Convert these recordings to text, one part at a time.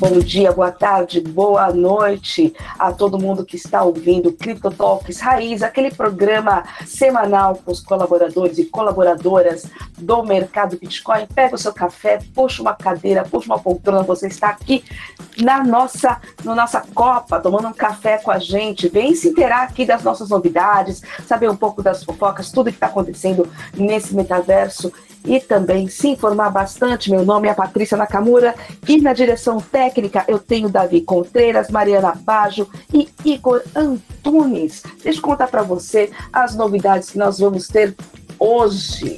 bom dia, boa tarde, boa noite a todo mundo que está ouvindo Crypto Talks Raiz, aquele programa semanal com os colaboradores e colaboradoras do mercado Bitcoin. Pega o seu café, puxa uma cadeira, puxa uma poltrona, você está aqui na nossa copa, tomando um café com a gente. Vem se inteirar aqui das nossas novidades, saber um pouco das fofocas, tudo que está acontecendo nesse metaverso e também se informar bastante. Meu nome é Patrícia Nakamura e na direção técnica eu tenho Davi Contreiras, Mariana Baggio e Igor Antunes. Deixa eu contar para você as novidades que nós vamos ter hoje.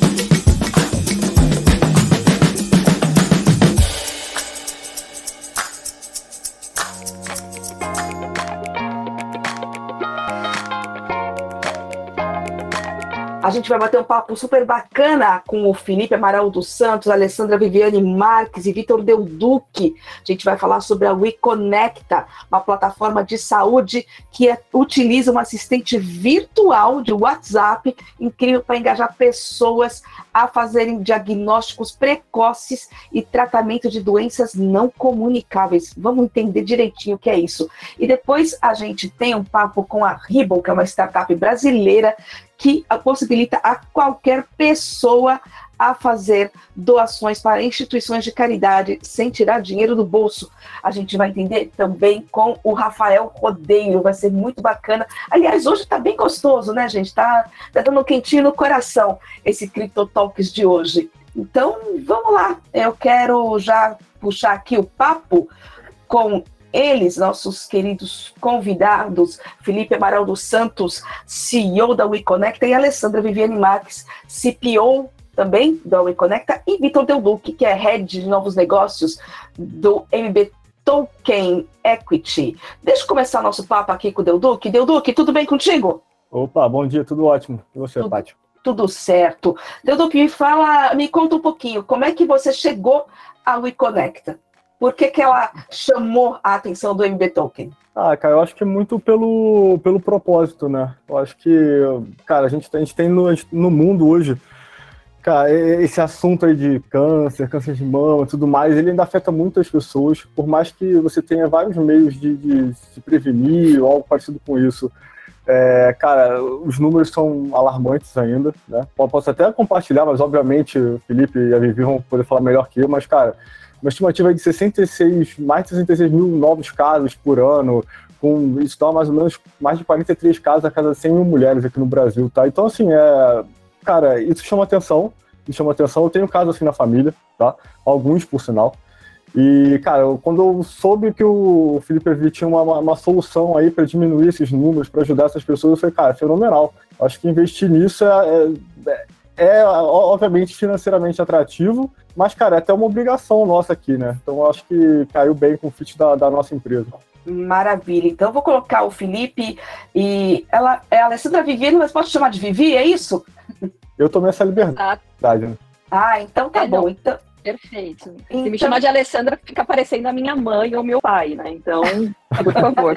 A gente vai bater um papo super bacana com o Felipe Amaral dos Santos, Alessandra Viviane Marques e Vitor Del Duque. A gente vai falar sobre a WeConnecta, uma plataforma de saúde que utiliza um assistente virtual de WhatsApp incrível para engajar pessoas a fazerem diagnósticos precoces e tratamento de doenças não comunicáveis. Vamos entender direitinho o que é isso. E depois a gente tem um papo com a Ribbon, que é uma startup brasileira que possibilita a qualquer pessoa a fazer doações para instituições de caridade sem tirar dinheiro do bolso. A gente vai entender também com o Rafael Rodeiro, vai ser muito bacana. Aliás, hoje está bem gostoso, né, gente? Tá dando um quentinho no coração esse Crypto Talks de hoje. Então, vamos lá. Eu quero já puxar aqui o papo com eles, nossos queridos convidados, Felipe Amaral dos Santos, CEO da WeConnecta, e Alessandra Viviane Marques, CPO também da WeConnecta, e Vitor Del Duque, que é Head de Novos Negócios do MB Token Equity. Deixa eu começar nosso papo aqui com o Del Duque. Del Duque, tudo bem contigo? Opa, bom dia, tudo ótimo. E você, Paty? Tudo certo. Del Duque, me conta um pouquinho, como é que você chegou à WeConnecta? Por que ela chamou a atenção do MB Token? Cara, eu acho que é muito pelo propósito, né? Eu acho que, cara, a gente tem no mundo hoje, cara, esse assunto aí de câncer de mama e tudo mais, ele ainda afeta muitas pessoas, por mais que você tenha vários meios de se prevenir ou algo parecido com isso. Cara, os números são alarmantes ainda, né? Posso até compartilhar, mas obviamente o Felipe e a Vivi vão poder falar melhor que eu, mas, cara, uma estimativa de mais de 66 mil novos casos por ano, isso dá mais ou menos mais de 43 casos a cada 100 mil mulheres aqui no Brasil, tá? Então, assim, cara, isso chama atenção, eu tenho casos assim na família, tá? Alguns, por sinal. E, cara, quando eu soube que o Felipe Evi tinha uma solução aí para diminuir esses números, para ajudar essas pessoas, eu falei, cara, fenomenal. Acho que investir nisso obviamente financeiramente atrativo, mas, cara, é até uma obrigação nossa aqui, né? Então, eu acho que caiu bem com o fit da nossa empresa. Maravilha. Então, eu vou colocar o Felipe e ela é a Alessandra Viviane, mas pode chamar de Vivi, é isso? Eu tomei essa liberdade, né? Então tá bom. Então... Perfeito. Se me chamar de Alessandra, fica parecendo a minha mãe ou meu pai, né? Então, por favor.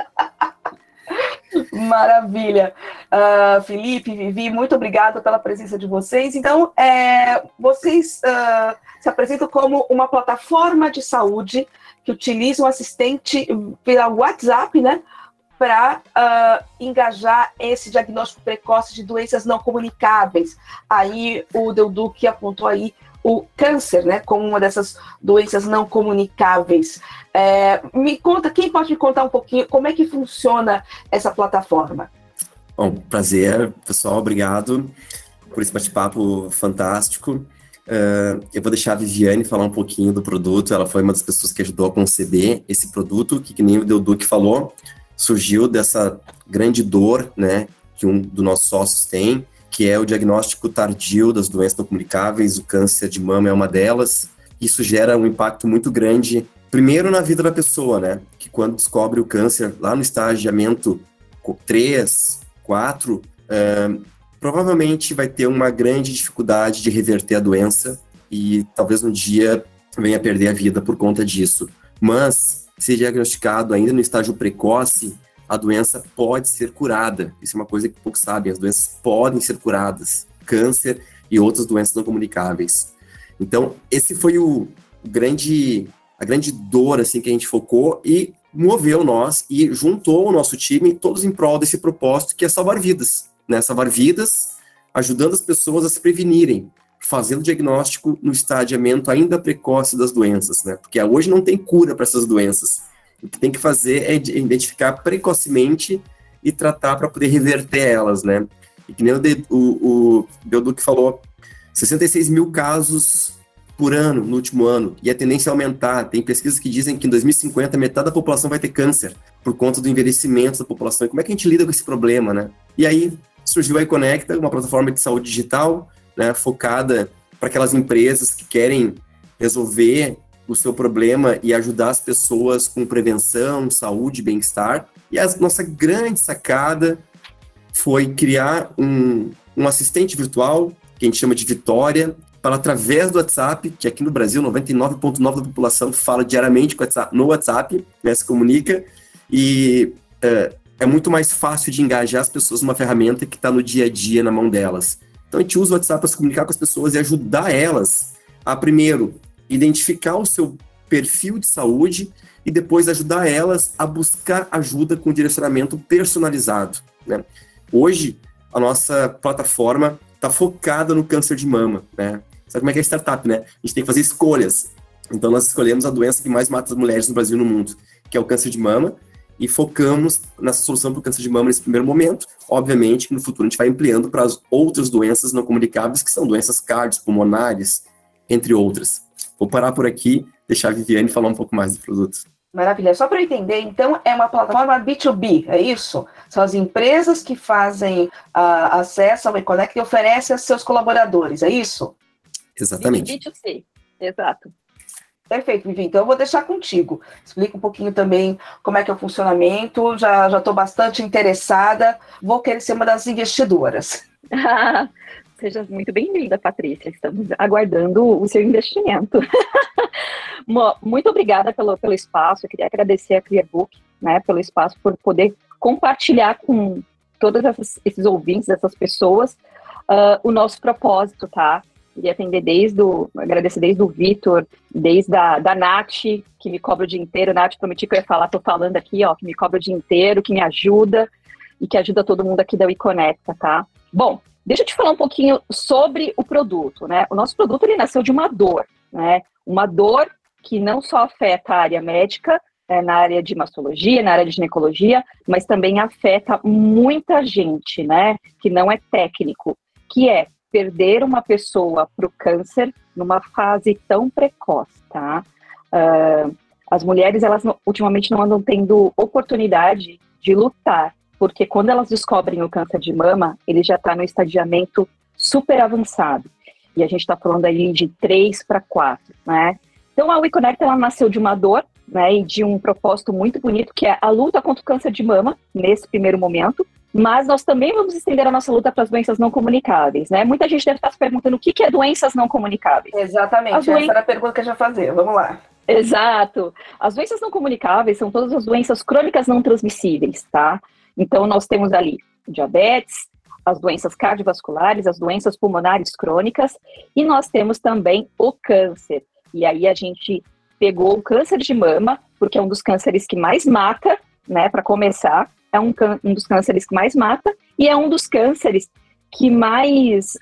Maravilha. Felipe, Vivi, muito obrigada pela presença de vocês. Então, vocês se apresentam como uma plataforma de saúde que utiliza um assistente pela WhatsApp, né, para engajar esse diagnóstico precoce de doenças não comunicáveis. Aí o Del Duque apontou aí o câncer, né, como uma dessas doenças não comunicáveis. Quem pode me contar um pouquinho como é que funciona essa plataforma? Bom, prazer, pessoal, obrigado por esse bate-papo fantástico. Eu vou deixar a Viviane falar um pouquinho do produto. Ela foi uma das pessoas que ajudou a conceber esse produto, que nem o Del Duque falou, surgiu dessa grande dor, né, que um dos nossos sócios tem, que é o diagnóstico tardio das doenças não comunicáveis. O câncer de mama é uma delas. Isso gera um impacto muito grande, primeiro na vida da pessoa, né? Que quando descobre o câncer lá no estagiamento 3, 4, provavelmente vai ter uma grande dificuldade de reverter a doença e talvez um dia venha a perder a vida por conta disso. Mas, se diagnosticado ainda no estágio precoce, a doença pode ser curada. Isso é uma coisa que poucos sabem, as doenças podem ser curadas. Câncer e outras doenças não comunicáveis. Então, esse foi o grande a grande dor, assim, que a gente focou e moveu nós e juntou o nosso time, todos em prol desse propósito, que é salvar vidas, né? Salvar vidas, ajudando as pessoas a se prevenirem, fazendo diagnóstico no estadiamento ainda precoce das doenças, né? Porque hoje não tem cura para essas doenças. O que tem que fazer é identificar precocemente e tratar para poder reverter elas, né? E que nem o Belduc falou, 66 mil casos por ano no último ano, e a tendência é aumentar. Tem pesquisas que dizem que em 2050 metade da população vai ter câncer por conta do envelhecimento da população. E como é que a gente lida com esse problema, né? E aí surgiu a iConecta, uma plataforma de saúde digital, né, focada para aquelas empresas que querem resolver o seu problema e ajudar as pessoas com prevenção, saúde, bem-estar. E a nossa grande sacada foi criar um assistente virtual, que a gente chama de Vitória, para através do WhatsApp, que aqui no Brasil 99,9% da população fala diariamente no WhatsApp, né, se comunica, e é muito mais fácil de engajar as pessoas numa ferramenta que está no dia a dia na mão delas. Então a gente usa o WhatsApp para se comunicar com as pessoas e ajudar elas a, primeiro, identificar o seu perfil de saúde e depois ajudar elas a buscar ajuda com direcionamento personalizado, né? Hoje, a nossa plataforma está focada no câncer de mama, né? Sabe como é que é startup, né? A gente tem que fazer escolhas. Então, nós escolhemos a doença que mais mata as mulheres no Brasil e no mundo, que é o câncer de mama, e focamos nessa solução para o câncer de mama nesse primeiro momento. Obviamente que no futuro a gente vai ampliando para as outras doenças não comunicáveis, que são doenças cardiopulmonares, entre outras. Vou parar por aqui, deixar a Viviane falar um pouco mais do produto. Maravilha. Só para eu entender, então, é uma plataforma B2B, é isso? São as empresas que fazem acesso ao eConnect e oferecem aos seus colaboradores, é isso? Exatamente. B2C, exato. Perfeito, Vivi. Então, eu vou deixar contigo. Explica um pouquinho também como é que é o funcionamento. Já estou bastante interessada. Vou querer ser uma das investidoras. Seja muito bem-vinda, Patrícia. Estamos aguardando o seu investimento. Muito obrigada pelo espaço. Eu queria agradecer a Clearbook, né, pelo espaço, por poder compartilhar com todos esses ouvintes, essas pessoas, o nosso propósito, tá? Queria agradecer desde o Vitor, desde a Nath, que me cobra o dia inteiro. Nath, prometi que eu ia falar, estou falando aqui, ó, que me cobra o dia inteiro, que me ajuda e que ajuda todo mundo aqui da WeConnecta, tá? Bom, deixa eu te falar um pouquinho sobre o produto, né? O nosso produto, ele nasceu de uma dor, né? Uma dor que não só afeta a área médica, na área de mastologia, na área de ginecologia, mas também afeta muita gente, né? Que não é técnico, que é perder uma pessoa para o câncer numa fase tão precoce, tá? As mulheres, elas ultimamente não andam tendo oportunidade de lutar, porque quando elas descobrem o câncer de mama, ele já está no estadiamento super avançado. E a gente está falando aí de 3 para 4, né? Então, a WeConnecta, ela nasceu de uma dor, né, e de um propósito muito bonito, que é a luta contra o câncer de mama, nesse primeiro momento, mas nós também vamos estender a nossa luta para as doenças não comunicáveis, né? Muita gente deve estar se perguntando o que é doenças não comunicáveis. Exatamente, essa era a pergunta que eu já fazia. Vamos lá. Exato. As doenças não comunicáveis são todas as doenças crônicas não transmissíveis, tá? Então, nós temos ali diabetes, as doenças cardiovasculares, as doenças pulmonares crônicas, e nós temos também o câncer. E aí a gente pegou o câncer de mama, porque é um dos cânceres que mais mata, né, para começar, é um dos cânceres que mais mata, e é um dos cânceres que mais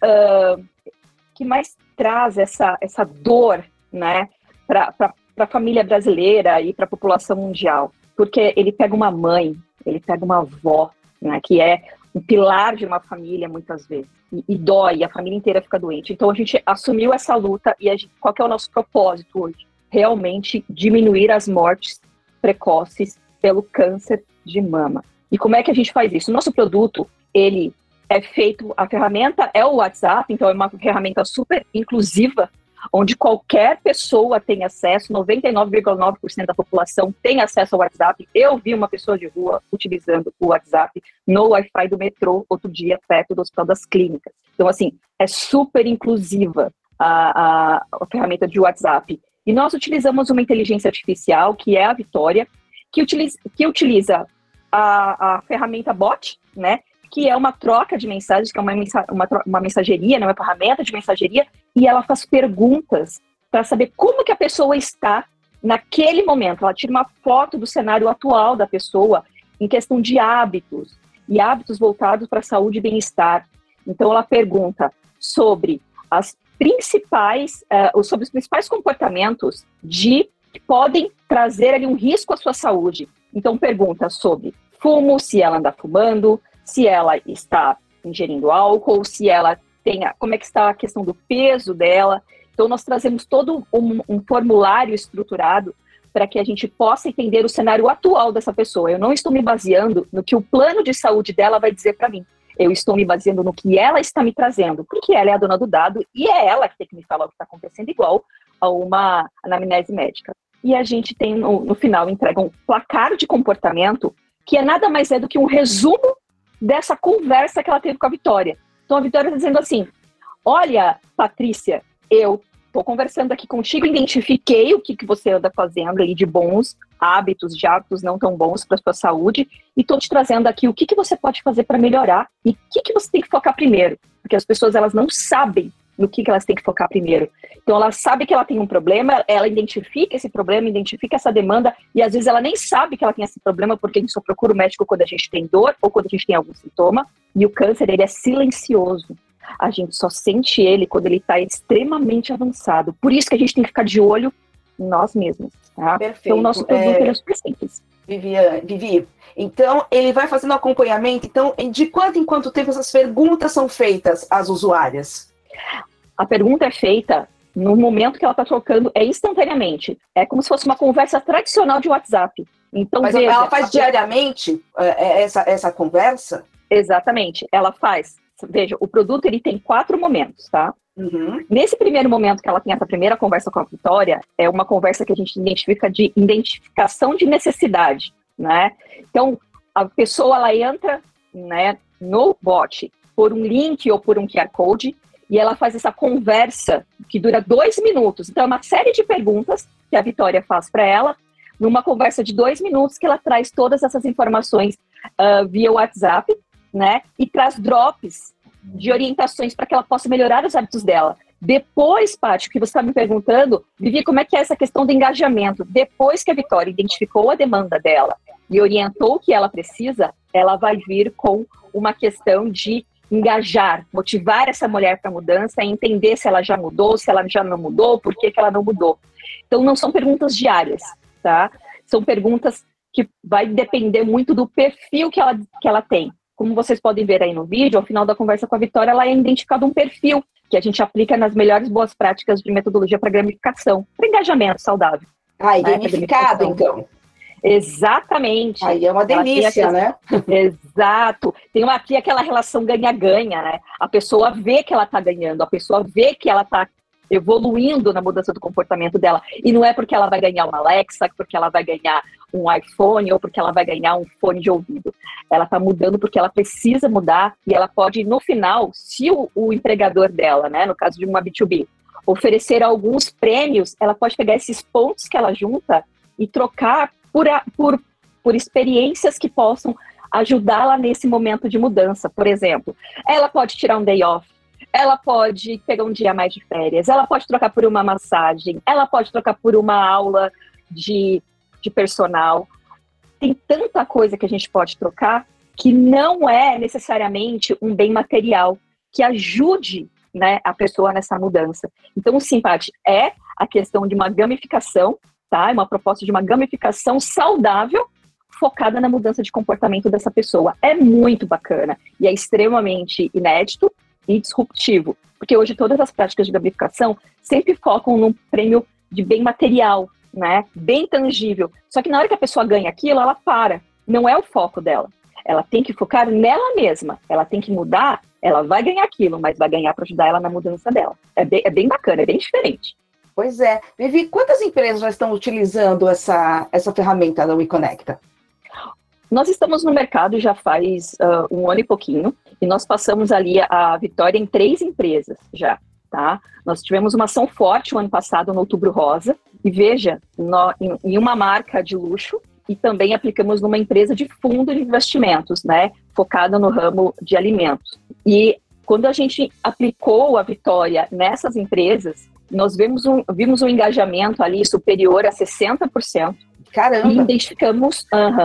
traz essa dor, né, para a família brasileira e para a população mundial, porque ele pega uma mãe, ele pega uma avó, né, que é um pilar de uma família muitas vezes, e dói, a família inteira fica doente. Então a gente assumiu essa luta e qual que é o nosso propósito hoje? Realmente diminuir as mortes precoces pelo câncer de mama. E como é que a gente faz isso? O nosso produto, ele é feito, a ferramenta é o WhatsApp, então é uma ferramenta super inclusiva, onde qualquer pessoa tem acesso, 99,9% da população tem acesso ao WhatsApp. Eu vi uma pessoa de rua utilizando o WhatsApp no Wi-Fi do metrô, outro dia, perto do Hospital das Clínicas. Então, assim, é super inclusiva a ferramenta de WhatsApp. E nós utilizamos uma inteligência artificial, que é a Vitória, que utiliza a ferramenta bot, né? Que é uma troca de mensagens, que é uma mensageria, né, uma ferramenta de mensageria, e ela faz perguntas para saber como que a pessoa está naquele momento, ela tira uma foto do cenário atual da pessoa em questão de hábitos, e hábitos voltados para a saúde e bem-estar. Então, ela pergunta sobre sobre os principais comportamentos que podem trazer ali um risco à sua saúde. Então, pergunta sobre fumo, se ela anda fumando, se ela está ingerindo álcool, se ela como é que está a questão do peso dela. Então, nós trazemos todo um formulário estruturado para que a gente possa entender o cenário atual dessa pessoa. Eu não estou me baseando no que o plano de saúde dela vai dizer para mim. Eu estou me baseando no que ela está me trazendo, porque ela é a dona do dado e é ela que tem que me falar o que está acontecendo, igual a uma anamnese médica. E a gente tem, no final, entrega um placar de comportamento que é nada mais do que um resumo dessa conversa que ela teve com a Vitória. Então, a Vitória está dizendo assim, olha, Patrícia, eu estou conversando aqui contigo, identifiquei o que você anda fazendo aí de bons hábitos, de hábitos não tão bons para a sua saúde, e estou te trazendo aqui o que você pode fazer para melhorar e o que você tem que focar primeiro, porque as pessoas elas não sabem no que elas têm que focar primeiro. Então, ela sabe que ela tem um problema, ela identifica esse problema, identifica essa demanda, e às vezes ela nem sabe que ela tem esse problema, porque a gente só procura o médico quando a gente tem dor ou quando a gente tem algum sintoma, e o câncer, ele é silencioso. A gente só sente ele quando ele está extremamente avançado. Por isso que a gente tem que ficar de olho em nós mesmos. Tá? Perfeito. Então, o nosso produto é super simples. Vivi, então ele vai fazendo acompanhamento. Então, de quanto em quanto tempo essas perguntas são feitas às usuárias? A pergunta é feita no momento que ela está trocando, instantaneamente. É como se fosse uma conversa tradicional de WhatsApp. Então, mas veja, ela faz diariamente essa conversa? Exatamente. Ela faz. Veja, o produto ele tem 4 momentos, tá? Uhum. Nesse primeiro momento que ela tem essa primeira conversa com a Vitória, é uma conversa que a gente identifica de identificação de necessidade, né? Então, a pessoa, ela entra, né, no bot por um link ou por um QR Code e ela faz essa conversa que dura 2 minutos. Então, é uma série de perguntas que a Vitória faz para ela, numa conversa de 2 minutos que ela traz todas essas informações via WhatsApp, né? E traz drops de orientações para que ela possa melhorar os hábitos dela. Depois, Paty, que você está me perguntando, Vivi, como é que é essa questão do engajamento? Depois que a Vitória identificou a demanda dela e orientou o que ela precisa, ela vai vir com uma questão de engajar, motivar essa mulher para a mudança, entender se ela já mudou, se ela já não mudou, por que ela não mudou. Então, não são perguntas diárias, tá? São perguntas que vai depender muito do perfil que ela tem. Como vocês podem ver aí no vídeo, ao final da conversa com a Vitória, ela é identificado um perfil que a gente aplica nas melhores boas práticas de metodologia para gamificação, para engajamento saudável. E gamificado, então. Exatamente. Aí é uma delícia, né? Exato. Tem aqui aquela relação ganha-ganha, né? A pessoa vê que ela está ganhando, a pessoa vê que ela está evoluindo na mudança do comportamento dela. E não é porque ela vai ganhar uma Alexa, porque ela vai ganhar um iPhone ou porque ela vai ganhar um fone de ouvido. Ela está mudando porque ela precisa mudar e ela pode, no final, se o empregador dela, né, no caso de uma B2B, oferecer alguns prêmios, ela pode pegar esses pontos que ela junta e trocar por experiências que possam ajudá-la nesse momento de mudança. Por exemplo, ela pode tirar um day off, ela pode pegar um dia a mais de férias, ela pode trocar por uma massagem, ela pode trocar por uma aula de personal. Tem tanta coisa que a gente pode trocar que não é necessariamente um bem material que ajude, né, a pessoa nessa mudança. Então, sim, Paty, é a questão de uma gamificação, tá? É uma proposta de uma gamificação saudável focada na mudança de comportamento dessa pessoa. É muito bacana e é extremamente inédito e disruptivo, porque hoje todas as práticas de gamificação sempre focam num prêmio de bem material, né? Bem tangível. Só que na hora que a pessoa ganha aquilo, ela para. Não é o foco dela. Ela tem que focar nela mesma. Ela tem que mudar, ela vai ganhar aquilo, mas vai ganhar para ajudar ela na mudança dela. É bem bacana, é bem diferente. Pois é. Vivi, quantas empresas já estão utilizando essa ferramenta da WeConnecta? Nós estamos no mercado já faz 1 ano e pouquinho, e nós passamos ali a Vitória em 3 empresas já, tá? Nós tivemos uma ação forte o ano passado, no Outubro Rosa, e veja, em uma marca de luxo, e também aplicamos numa empresa de fundo de investimentos, né? Focada no ramo de alimentos. E Quando a gente aplicou a Vitória nessas empresas, nós vimos um engajamento ali superior a 60%. Caramba! E identificamos,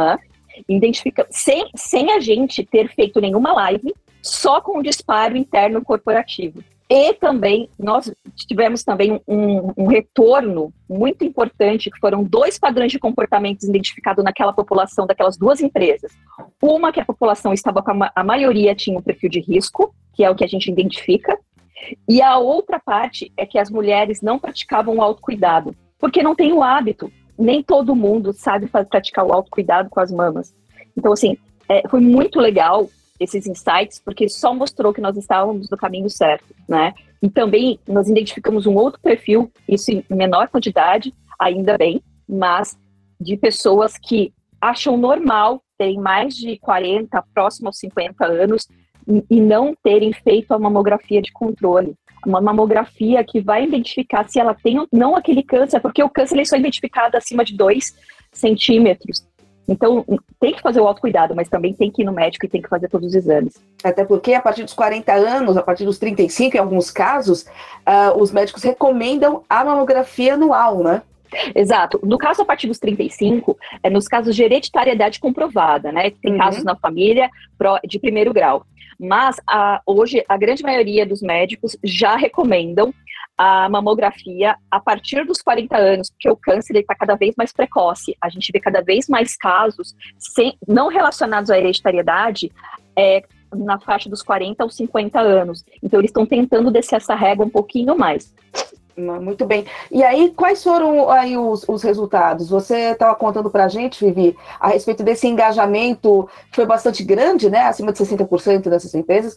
sem a gente ter feito nenhuma live, só com o disparo interno corporativo. E também, nós tivemos também um retorno muito importante, que foram 2 padrões de comportamentos identificados naquela população, daquelas 2 empresas. Uma que a população estava com a maioria tinha um perfil de risco, que é o que a gente identifica, e a outra parte é que as mulheres não praticavam o autocuidado, porque não tem o hábito. Nem todo mundo sabe praticar o autocuidado com as mamas. Então, assim, foi muito legal esses insights, porque só mostrou que nós estávamos no caminho certo, né? E também nós identificamos um outro perfil, isso em menor quantidade, ainda bem, mas de pessoas que acham normal terem mais de 40, próximo aos 50 anos, e não terem feito a mamografia de controle. Uma mamografia que vai identificar se ela tem ou não aquele câncer, porque o câncer ele só é identificado acima de 2 centímetros. Então, tem que fazer o autocuidado, mas também tem que ir no médico e tem que fazer todos os exames. Até porque a partir dos 40 anos, a partir dos 35, em alguns casos, os médicos recomendam a mamografia anual, né? Exato. No caso, a partir dos 35, nos casos de hereditariedade comprovada, né? Tem casos na família de primeiro grau. Mas, hoje, a grande maioria dos médicos já recomendam a mamografia a partir dos 40 anos, porque o câncer está cada vez mais precoce. A gente vê cada vez mais casos não relacionados à hereditariedade na faixa dos 40 aos 50 anos. Então, eles estão tentando descer essa régua um pouquinho mais. Muito bem. E aí, quais foram aí os resultados? Você estava contando para a gente, Vivi, a respeito desse engajamento que foi bastante grande, né? Acima de 60% dessas empresas.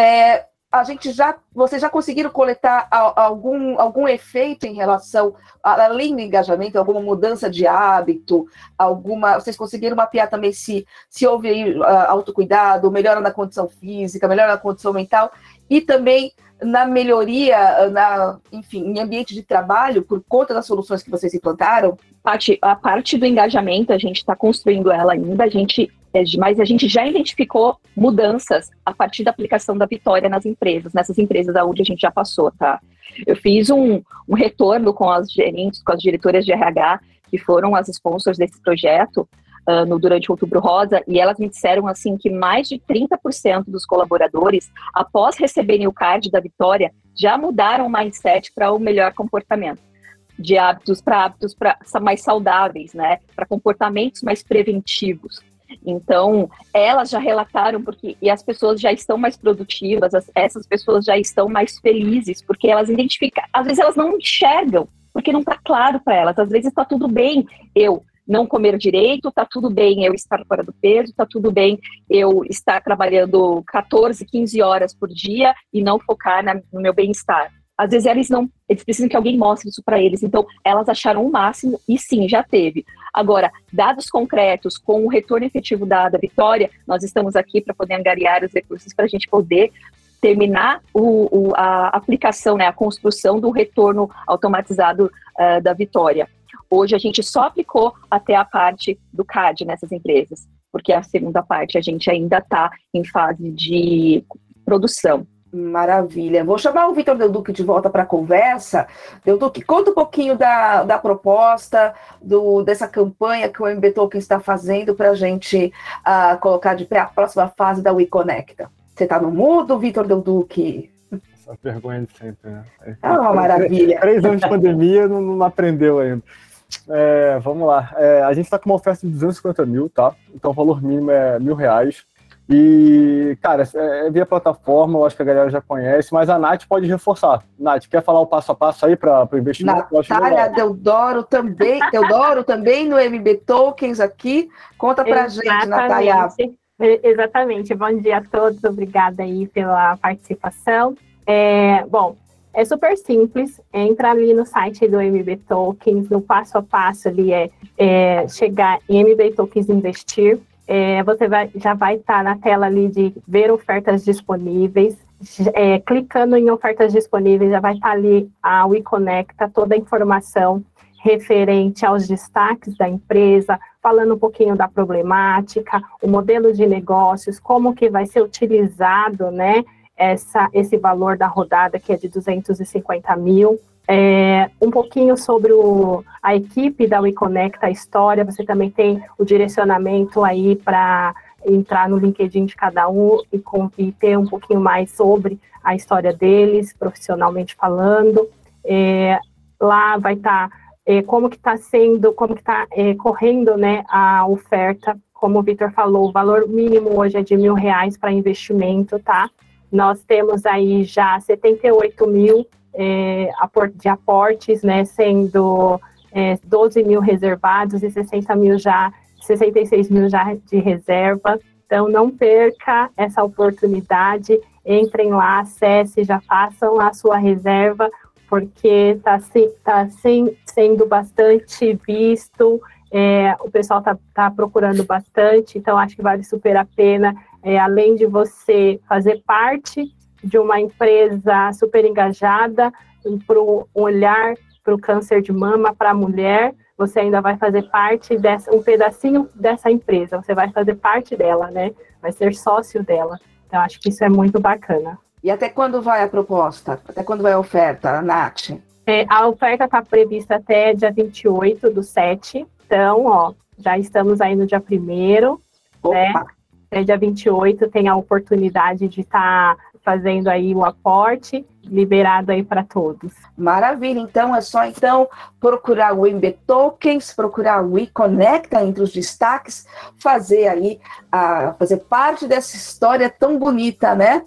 Vocês já conseguiram coletar algum efeito em relação, além do engajamento, alguma mudança de hábito, vocês conseguiram mapear também se houve aí autocuidado, melhora na condição física, melhora na condição mental, e também na melhoria, enfim, em ambiente de trabalho, por conta das soluções que vocês implantaram? A parte do engajamento, a gente está construindo ela ainda, mas a gente já identificou mudanças a partir da aplicação da Vitória nessas empresas onde a gente já passou, tá? Eu fiz um retorno com as gerentes, com as diretoras de RH, que foram as sponsors desse projeto, durante o Outubro Rosa, e elas me disseram assim que mais de 30% dos colaboradores, após receberem o card da Vitória, já mudaram o mindset para o melhor comportamento, de hábitos para mais saudáveis, né? Para comportamentos mais preventivos. Então, elas já relataram e as pessoas já estão mais produtivas, essas pessoas já estão mais felizes, porque elas identificam, às vezes elas não enxergam, porque não está claro para elas, às vezes está tudo bem eu não comer direito, tá tudo bem eu estar fora do peso, tá tudo bem eu estar trabalhando 14, 15 horas por dia e não focar no meu bem-estar. Às vezes eles precisam que alguém mostre isso para eles, então elas acharam o máximo e sim, já teve. Agora, dados concretos com o retorno efetivo da Vitória, nós estamos aqui para poder angariar os recursos para a gente poder terminar a aplicação, né, a construção do retorno automatizado da Vitória. Hoje a gente só aplicou até a parte do CAD nessas empresas, porque a segunda parte a gente ainda está em fase de produção. Maravilha. Vou chamar o Vitor Del Duque de volta para a conversa. Del Duque, conta um pouquinho da proposta, dessa campanha que o MB Token está fazendo para a gente colocar de pé a próxima fase da WeConnecta. Você está no mudo, Vitor Del Duque? Essa vergonha de sempre, né? Uma maravilha. 3 anos de pandemia, não aprendeu ainda. Vamos lá. A gente está com uma oferta de 250 mil, tá? Então o valor mínimo é R$1.000. E, cara, via plataforma, eu acho que a galera já conhece, mas a Nath pode reforçar. Nath, quer falar o passo a passo aí para o investimento? Natália Deodoro também no MB Tokens aqui. Conta pra gente, Natália. Exatamente. Bom dia a todos, obrigada aí pela participação. Bom, é super simples, entra ali no site do MB Tokens, no passo a passo ali chegar em MB Tokens Investir. Você já vai estar na tela ali de ver ofertas disponíveis, clicando em ofertas disponíveis, já vai estar ali a WeConnecta, toda a informação referente aos destaques da empresa, falando um pouquinho da problemática, o modelo de negócios, como que vai ser utilizado, né, esse valor da rodada, que é de 250 mil. Um pouquinho sobre a equipe da WeConnect, a história, você também tem o direcionamento aí para entrar no LinkedIn de cada um e ter um pouquinho mais sobre a história deles, profissionalmente falando. Lá vai estar como que está correndo, né, a oferta. Como o Vitor falou, o valor mínimo hoje é de R$1.000 para investimento, tá? Nós temos aí já 78 mil de aportes, né, sendo 12 mil reservados e 66 mil já de reserva. Então, não perca essa oportunidade, entrem lá, acesse, já façam a sua reserva, porque está sendo bastante visto, o pessoal está procurando bastante, então acho que vale super a pena, além de você fazer parte de uma empresa super engajada, para o olhar para o câncer de mama para a mulher, você ainda vai fazer parte um pedacinho dessa empresa, você vai fazer parte dela, né? Vai ser sócio dela. Então, acho que isso é muito bacana. E até quando vai a proposta? Até quando vai a oferta, Nath? A oferta está prevista até dia 28/7. Então, já estamos aí no dia 1º, né? Até dia 28 tem a oportunidade de estar fazendo aí o aporte, liberado aí para todos. Maravilha, então é só procurar o MB Tokens, procurar o WeConnect entre os destaques, fazer parte dessa história tão bonita, né?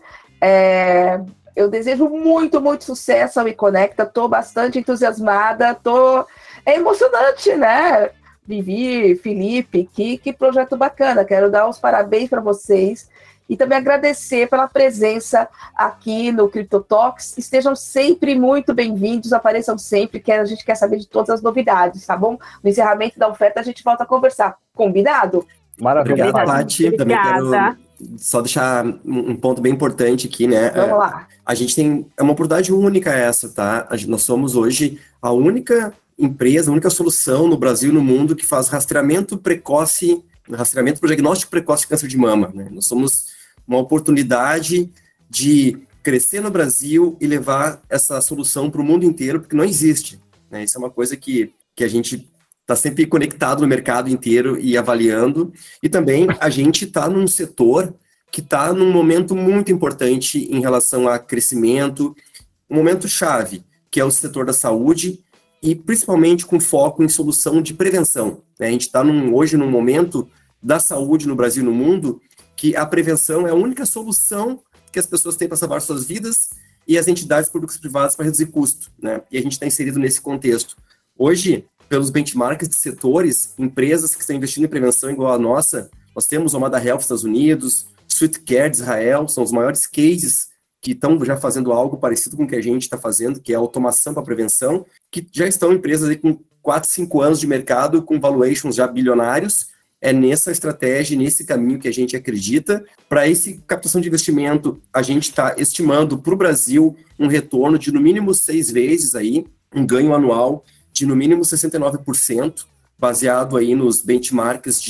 Eu desejo muito, muito sucesso ao WeConnect, estou bastante entusiasmada, é emocionante, né? Vivi, Felipe, que projeto bacana, quero dar os parabéns para vocês e também agradecer pela presença aqui no Crypto Talks. Estejam sempre muito bem-vindos, apareçam sempre, que a gente quer saber de todas as novidades, tá bom? No encerramento da oferta a gente volta a conversar. Combinado? Maravilha. Obrigado, Paty. Também quero só deixar um ponto bem importante aqui, né? Vamos lá. A gente tem uma oportunidade única essa, tá? Nós somos hoje a única empresa, a única solução no Brasil e no mundo que faz rastreamento para diagnóstico precoce de câncer de mama, né? Nós somos uma oportunidade de crescer no Brasil e levar essa solução para o mundo inteiro, porque não existe, né? Isso é uma coisa que a gente está sempre conectado no mercado inteiro e avaliando, e também a gente está num setor que está num momento muito importante em relação a crescimento, um momento chave, que é o setor da saúde, e principalmente com foco em solução de prevenção, né? A gente está hoje num momento da saúde no Brasil e no mundo que a prevenção é a única solução que as pessoas têm para salvar suas vidas e as entidades públicas e privadas para reduzir custo, né? E a gente está inserido nesse contexto. Hoje, pelos benchmarks de setores, empresas que estão investindo em prevenção igual a nossa, nós temos o Omada Health dos Estados Unidos, Sweet Care de Israel, são os maiores cases que estão já fazendo algo parecido com o que a gente está fazendo, que é a automação para prevenção, que já estão empresas aí com 4, 5 anos de mercado, com valuations já bilionários. É nessa estratégia, nesse caminho que a gente acredita. Para essa captação de investimento, a gente está estimando para o Brasil um retorno de no mínimo 6 vezes, aí, um ganho anual de no mínimo 69%, baseado aí nos benchmarks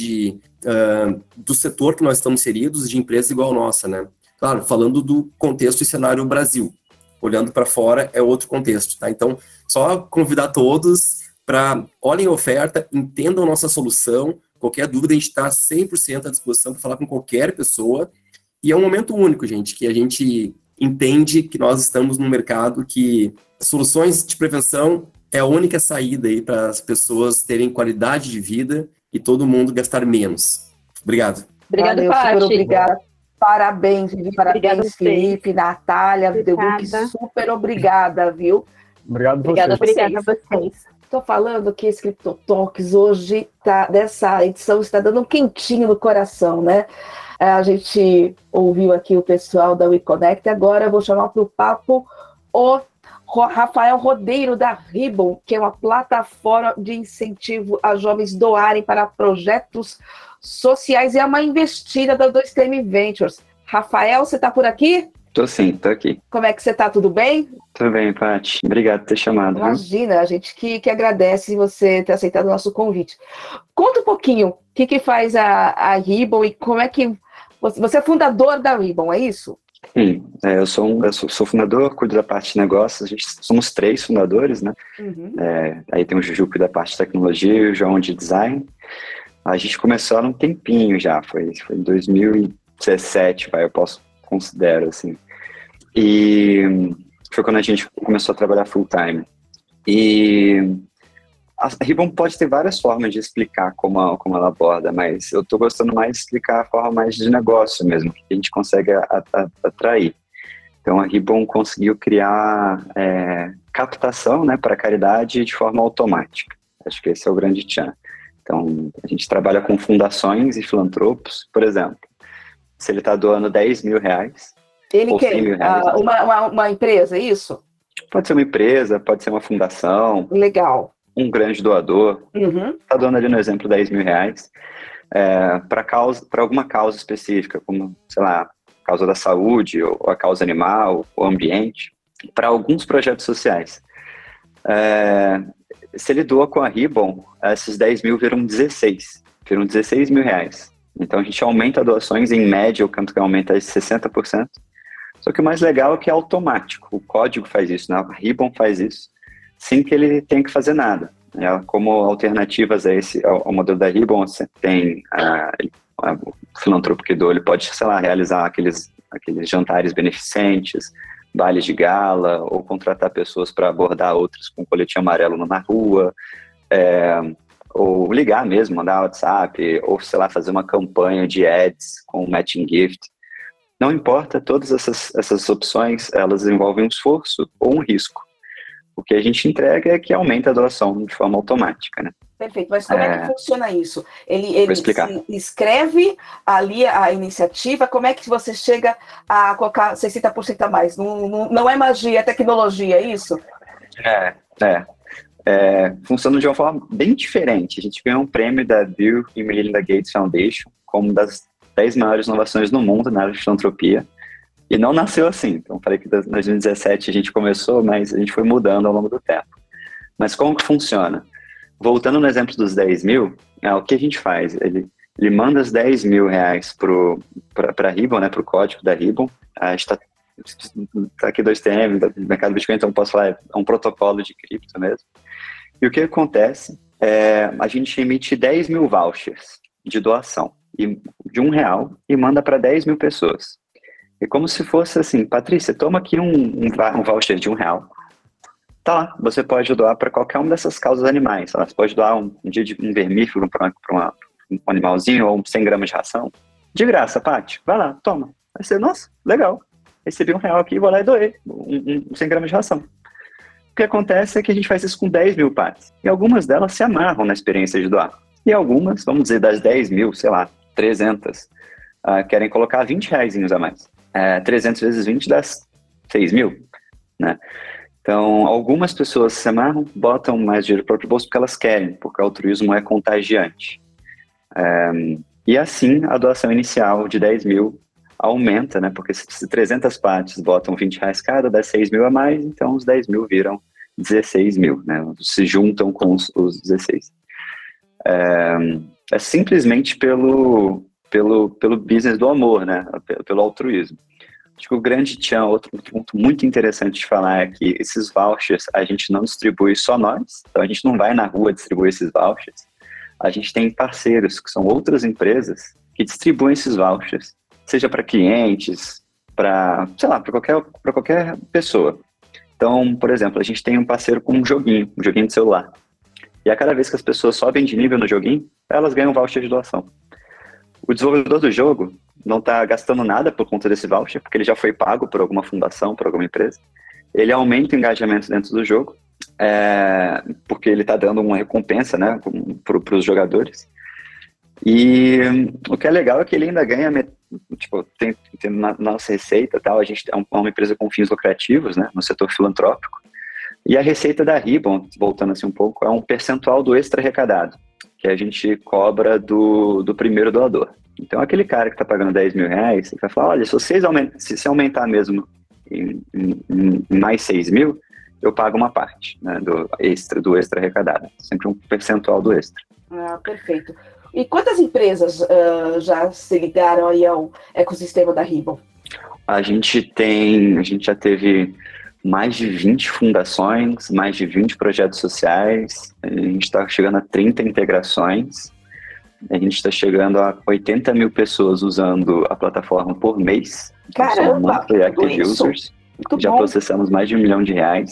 do setor que nós estamos inseridos, de empresas igual a nossa, né? Claro, falando do contexto e cenário Brasil. Olhando para fora é outro contexto, tá? Então, só convidar todos para olhem a oferta, entendam a nossa solução. Qualquer dúvida, a gente está 100% à disposição para falar com qualquer pessoa. E é um momento único, gente, que a gente entende que nós estamos num mercado que soluções de prevenção é a única saída aí para as pessoas terem qualidade de vida e todo mundo gastar menos. Obrigado. Obrigada, Paty. Obrigada. Parabéns, Vivi. Parabéns, Felipe, Natália, Debuc, super obrigada, viu? Obrigado a vocês. Estou falando que esse Crypto Talks hoje, dessa edição, está dando um quentinho no coração, né? A gente ouviu aqui o pessoal da WeConnect, agora eu vou chamar para o papo o Rafael Rodeiro, da Ribbon, que é uma plataforma de incentivo a jovens doarem para projetos sociais e é uma investida da 2TM Ventures. Rafael, você está por aqui? Tô sim, tô aqui. Como é que você está? Tudo bem? Tudo bem, Paty. Obrigado por ter chamado. Imagina, a gente que agradece você ter aceitado o nosso convite. Conta um pouquinho o que faz a Ribbon e como é que... Você é fundador da Ribbon, é isso? Sim, eu sou fundador, cuido da parte de negócios, somos 3 fundadores, né? Uhum. Aí tem o Juju que cuida da parte de tecnologia e o João de design. A gente começou há um tempinho já, foi em 2017, eu considero, assim. E foi quando a gente começou a trabalhar full time. E a Ribbon pode ter várias formas de explicar como ela aborda, mas eu estou gostando mais de explicar a forma mais de negócio mesmo, que a gente consegue atrair. Então, a Ribbon conseguiu criar captação, né, para caridade de forma automática. Acho que esse é o grande tchan. Então, a gente trabalha com fundações e filantropos, por exemplo. Se ele está doando R$10 mil, ele ou quer 100 mil reais, uma empresa, é isso? Pode ser uma empresa, pode ser uma fundação. Legal. Um grande doador. Uhum. Está dando ali no exemplo R$10 mil, para alguma causa específica, como, sei lá, causa da saúde, ou a causa animal, ou ambiente, para alguns projetos sociais. Se ele doa com a Ribbon, esses 10 mil viram 16 mil reais. Então a gente aumenta doações, em média o canto que aumenta é 60%. Só que o mais legal é que é automático, o código faz isso, né? A Ribbon faz isso, sem que ele tenha que fazer nada. Como alternativas ao modelo da Ribbon, você tem o filantropo que doa, ele pode, sei lá, realizar aqueles jantares beneficentes, bailes de gala, ou contratar pessoas para abordar outros com colete amarelo na rua, ou ligar mesmo, mandar WhatsApp, ou, sei lá, fazer uma campanha de ads com matching gift. Não importa, todas essas opções, elas envolvem um esforço ou um risco. O que a gente entrega é que aumenta a doação de forma automática, né? Perfeito, mas como é que funciona isso? Ele escreve ali a iniciativa, como é que você chega a colocar 60% a mais? Não é magia, é tecnologia, é isso? Funciona de uma forma bem diferente. A gente ganhou um prêmio da Bill e Melinda Gates Foundation como das 10 maiores inovações no mundo na área de filantropia. E não nasceu assim. Então, falei que em 2017 a gente começou, mas a gente foi mudando ao longo do tempo. Mas como que funciona? Voltando no exemplo dos 10 mil, o que a gente faz? Ele manda os 10 mil reais para a Ribbon, né, para o código da Ribbon. A gente está aqui 2TM, do mercado Bitcoin, então posso falar, é um protocolo de cripto mesmo. E o que acontece a gente emite 10 mil vouchers de doação de R$1 e manda para 10 mil pessoas. É como se fosse assim, Patrícia, toma aqui um voucher de R$1. Tá lá, você pode doar para qualquer uma dessas causas animais. Você pode doar um dia de um vermífugo para um animalzinho ou 100 gramas de ração. De graça, Paty. Vai lá, toma. Aí você, nossa, legal. Recebi R$1 aqui e vou lá e doei 100 gramas de ração. O que acontece é que a gente faz isso com 10 mil Paty. E algumas delas se amarram na experiência de doar. E algumas, vamos dizer, das 10 mil, sei lá, 300, querem colocar R$20 a mais. 300 vezes 20 dá 6 mil, né? Então, algumas pessoas se amarram, botam mais dinheiro para o próprio bolso porque elas querem, porque o altruísmo é contagiante. E assim, a doação inicial de 10 mil aumenta, né? Porque se 300 partes botam R$20 cada, dá 6 mil a mais, então os 10 mil viram 16 mil, né? Se juntam com os 16. É simplesmente pelo business do amor, né? Pelo altruísmo. Acho que o grande tchan, outro ponto muito interessante de falar é que esses vouchers a gente não distribui só nós, então a gente não vai na rua distribuir esses vouchers. A gente tem parceiros, que são outras empresas, que distribuem esses vouchers, seja para clientes, para qualquer pessoa. Então, por exemplo, a gente tem um parceiro com um joguinho de celular. E a cada vez que as pessoas sobem de nível no joguinho, elas ganham um voucher de doação. O desenvolvedor do jogo não está gastando nada por conta desse voucher, porque ele já foi pago por alguma fundação, por alguma empresa. Ele aumenta o engajamento dentro do jogo, porque ele está dando uma recompensa, né, para os jogadores. E o que é legal é que ele ainda ganha, tem na nossa receita, tal, a gente é uma empresa com fins lucrativos, né, no setor filantrópico. E a receita da Ribbon, voltando assim um pouco, é um percentual do extra arrecadado, que a gente cobra do primeiro doador. Então, aquele cara que está pagando 10 mil reais, ele vai falar, olha, se aumentar mesmo em mais 6 mil, eu pago uma parte, né, do extra arrecadado. Sempre um percentual do extra. Perfeito. E quantas empresas já se ligaram aí ao ecossistema da Ribbon? A gente já teve mais de 20 fundações, mais de 20 projetos sociais, a gente está chegando a 30 integrações, a gente está chegando a 80 mil pessoas usando a plataforma por mês. Caramba! Monthly Active Users. Já processamos mais de R$1 milhão.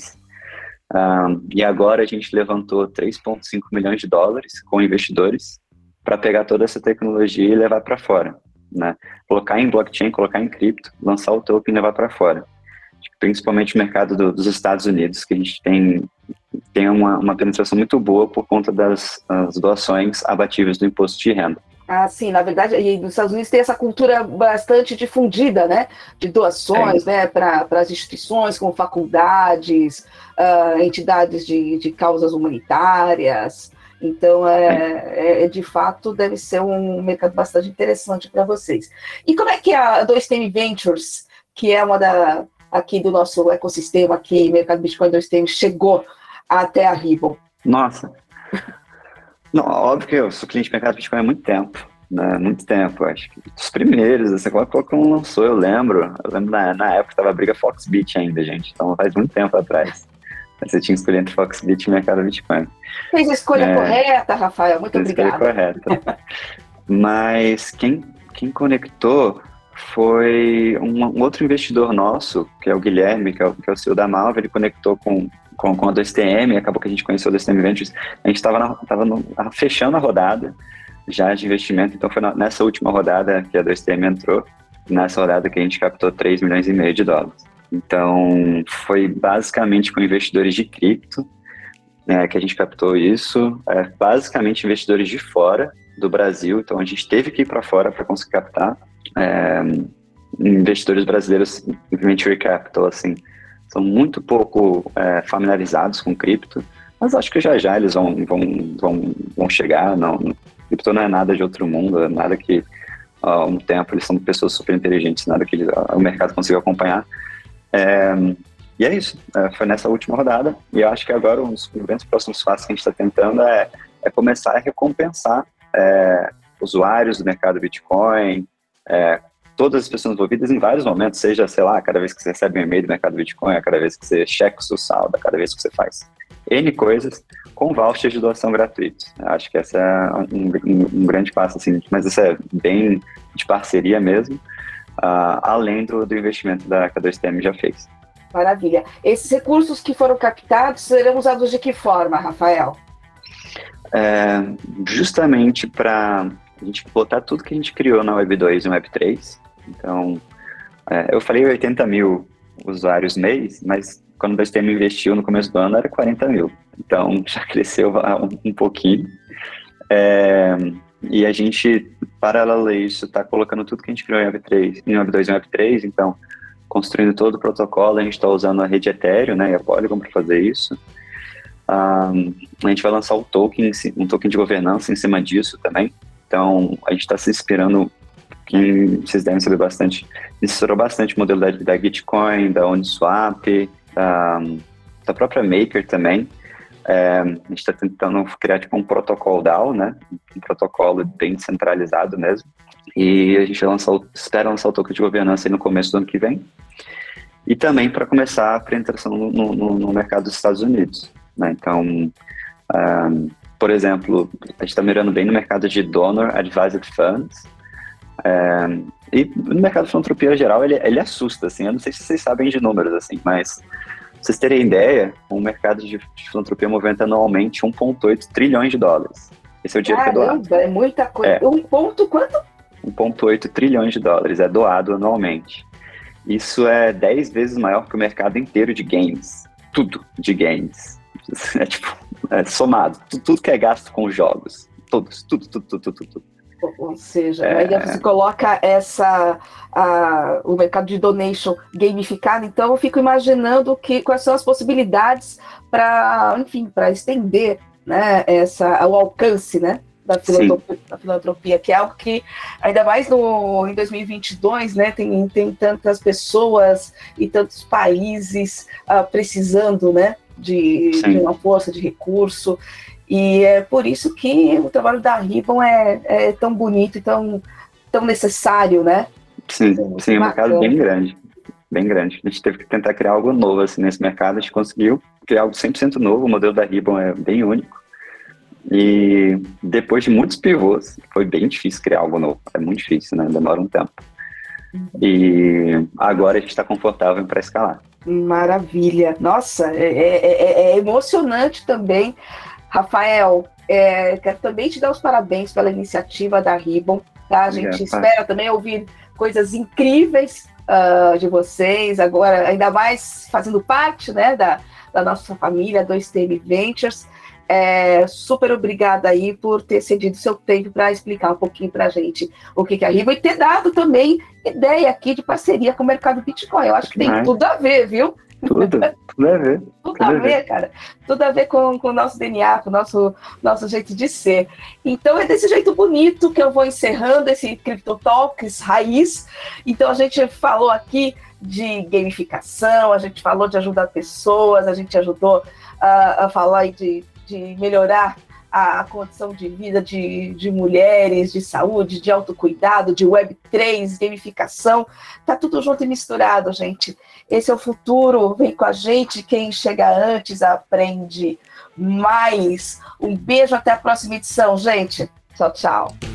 E agora a gente levantou $3,5 milhões com investidores para pegar toda essa tecnologia e levar para fora, né? Colocar em blockchain, colocar em cripto, lançar o token e levar para fora. Principalmente o mercado dos Estados Unidos, que a gente tem uma penetração muito boa por conta das doações abatíveis do imposto de renda. Ah, sim, na verdade, e nos Estados Unidos tem essa cultura bastante difundida, né, de doações, né, para as instituições como faculdades, entidades de causas humanitárias. Então, de fato, deve ser um mercado bastante interessante para vocês. E como é que a 2TM Ventures, que é uma aqui do nosso ecossistema, aqui, Mercado Bitcoin 2TM, chegou até a Ribbon? Nossa! Não, óbvio que eu sou cliente de mercado Bitcoin há muito tempo, né? Muito tempo, acho que dos primeiros, assim, quando lançou, eu lembro na época estava a briga Foxbit ainda, gente, então faz muito tempo atrás. Você tinha que escolher entre Foxbit e mercado Bitcoin. Fez a escolha correta, Rafael, muito obrigada. Fez a escolha correta. Mas quem conectou foi um outro investidor nosso, que é o Guilherme, que é o CEO da Malva. Ele conectou com a 2TM, acabou que a gente conheceu a 2TM Ventures. A gente estava fechando a rodada já de investimento, então foi nessa última rodada que a 2TM entrou, nessa rodada que a gente captou $3,5 milhões. Então, foi basicamente com investidores de cripto, né, que a gente captou isso, basicamente investidores de fora do Brasil, então a gente teve que ir para fora para conseguir captar. Investidores brasileiros, Venture Capital, assim, são muito pouco familiarizados com cripto, mas acho que já eles vão chegar. Cripto não é nada de outro mundo, é nada que há um tempo eles são pessoas super inteligentes, nada que o mercado consiga acompanhar. E é isso, foi nessa última rodada, e eu acho que agora os próximos passos que a gente está tentando é começar a recompensar usuários do mercado Bitcoin, todas as pessoas envolvidas em vários momentos, seja, sei lá, cada vez que você recebe um e-mail do mercado Bitcoin, cada vez que você checa o seu saldo, cada vez que você faz N coisas, com vouchers de doação gratuitos. Eu acho que essa é um grande passo, assim, mas isso é bem de parceria mesmo, além do investimento que a 2TM já fez. Maravilha. Esses recursos que foram captados serão usados de que forma, Rafael? Justamente para a gente botar tudo que a gente criou na Web 2 e Web 3. Então, eu falei 80 mil usuários mês, mas quando a 2TM investiu no começo do ano era 40 mil. Então, já cresceu um pouquinho. E a gente, paralelo a isso, está colocando tudo que a gente criou em Web 3, em Web 2 e Web 3, então, construindo todo o protocolo. A gente está usando a rede Ethereum, né, e a Polygon para fazer isso. A gente vai lançar um token de governança em cima disso também. Então, a gente está se inspirando, vocês devem saber bastante, inspirou bastante o modelo da Gitcoin, da Uniswap, da própria Maker também. A gente está tentando criar tipo um protocolo DAO, né? Um protocolo bem centralizado mesmo. E a gente espera lançar o token de governança aí no começo do ano que vem. E também para começar a penetração no mercado dos Estados Unidos, né? Então, por exemplo, a gente está mirando bem no mercado de Donor Advised Funds. E no mercado de filantropia geral, ele assusta, assim. Eu não sei se vocês sabem de números, assim, mas pra vocês terem ideia, o mercado de filantropia movimenta anualmente $1,8 trilhões. Esse é o dinheiro que é doado. É muita coisa. Quanto? $1,8 trilhões é doado anualmente. Isso é 10 vezes maior que o mercado inteiro de games. Tudo de games. Somado. Tudo que é gasto com jogos. Tudo. Ou seja, aí você coloca o mercado de donation gamificado, então eu fico imaginando quais são as possibilidades para estender, né, o alcance, né, da filantropia, que é algo que, ainda mais em 2022, né, tem tantas pessoas e tantos países precisando, né, de uma força, de recurso. E é por isso que o trabalho da Ribbon é tão bonito e tão necessário, né? Sim, é um mercado bem grande. bem grande. A gente teve que tentar criar algo novo assim, nesse mercado, a gente conseguiu criar algo 100% novo, o modelo da Ribbon é bem único. E depois de muitos pivôs, foi bem difícil criar algo novo, é muito difícil, né? Demora um tempo. E agora a gente está confortável para escalar. Maravilha. Nossa, é emocionante também. Rafael, quero também te dar os parabéns pela iniciativa da Ribbon. Tá? A gente espera também ouvir coisas incríveis de vocês, agora ainda mais fazendo parte, né, da nossa família 2TM Ventures. Super obrigada aí por ter cedido seu tempo para explicar um pouquinho para a gente o que é a Ribbon e ter dado também ideia aqui de parceria com o mercado Bitcoin. Eu acho que tem tudo a ver, viu? Tudo a ver. Tudo a ver, cara. Tudo a ver com o nosso DNA, com o nosso jeito de ser. Então, é desse jeito bonito que eu vou encerrando esse Crypto Talks raiz. Então, a gente falou aqui de gamificação, a gente falou de ajudar pessoas, a gente ajudou a falar de melhorar a condição de vida de mulheres, de saúde, de autocuidado, de Web3, gamificação, tá tudo junto e misturado, gente. Esse é o futuro, vem com a gente, quem chega antes aprende mais. Um beijo, até a próxima edição, gente. Tchau, tchau.